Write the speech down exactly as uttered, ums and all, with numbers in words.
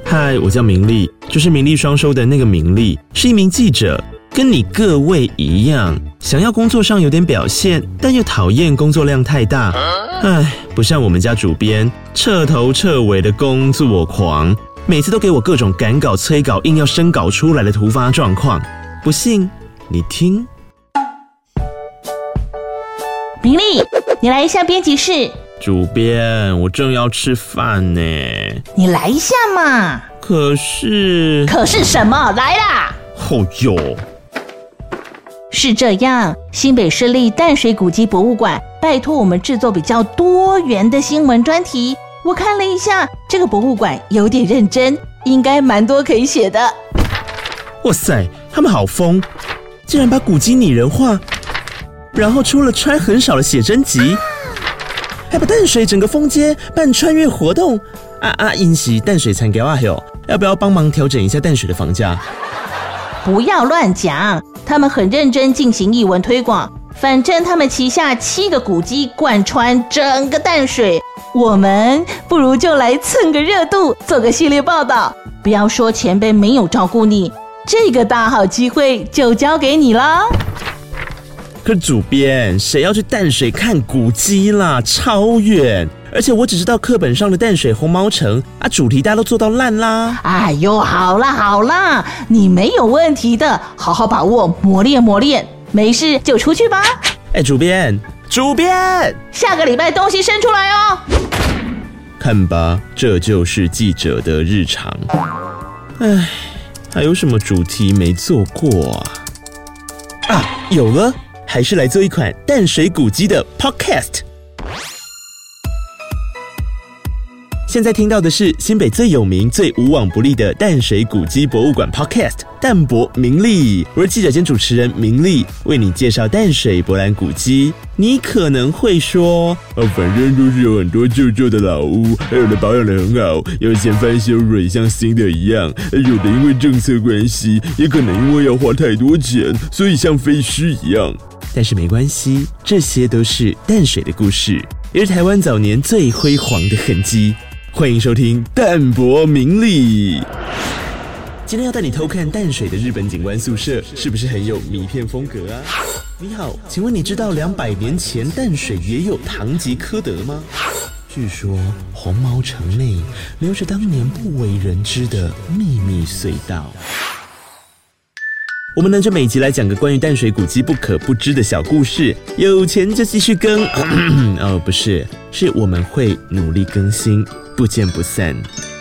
嗨，我叫明丽，就是名利双收的那个明丽，是一名记者，跟你各位一样，想要工作上有点表现，但又讨厌工作量太大。唉，不像我们家主编，彻头彻尾的工作狂，每次都给我各种赶稿、催稿、硬要生稿出来的突发状况。不信你听。 明丽，你来一下编辑室。 主编，我正要吃饭呢。 你来一下嘛。 可是…… 可是什么？来啦！ 哦哟， 是这样，新北市立淡水古迹博物馆拜托我们制作比较多元的新闻专题。我看了一下，这个博物馆有点认真，应该蛮多可以写的。 哇塞，他们好疯，竟然把古迹拟人化，然后出了穿很少的写真集。还把淡水整个封街办穿越活动啊啊！因是淡水产给我哟，要不要帮忙调整一下淡水的房价？ 不要乱讲，他们很认真进行艺文推广。反正他们旗下七个古迹贯穿整个淡水，我们不如就来蹭个热度，做个系列报道。不要说前辈没有照顾你，这个大好机会就交给你了。 可是主编，谁要去淡水看古迹啦？超远，而且我只知道课本上的淡水红毛城啊，主题大家都做到烂啦。 哎呦，好啦好啦，你没有问题的，好好把握，磨练磨练，没事就出去吧。 哎，主编，主编， 下个礼拜东西生出来哦。 看吧，这就是记者的日常。哎，还有什么主题没做过啊？啊，有了！还是来做一款淡水古迹的 podcast。现在听到的是新北最有名、最无往不利的淡水古迹博物馆 podcast， 淡博明丽，我是记者兼主持人明丽，为你介绍淡水博览古迹。你可能会说，哦，反正都是有很多旧旧的老屋，有的保养得很好，有嫌翻修蕊像新的一样，有的因为政策关系，也可能因为要花太多钱，所以像废墟一样。但是没关系，这些都是淡水的故事，也是台湾早年最辉煌的痕迹。欢迎收听淡泊名利。今天要带你偷看淡水的日本警官宿舍，是不是很有迷片风格啊？你好，请问你知道两百年前淡水也有堂吉诃德吗？据说红毛城内留着当年不为人知的秘密隧道。我们呢就每集来讲个关于淡水古迹不可不知的小故事，有钱就继续更，哦不是，是我们会努力更新，不见不散。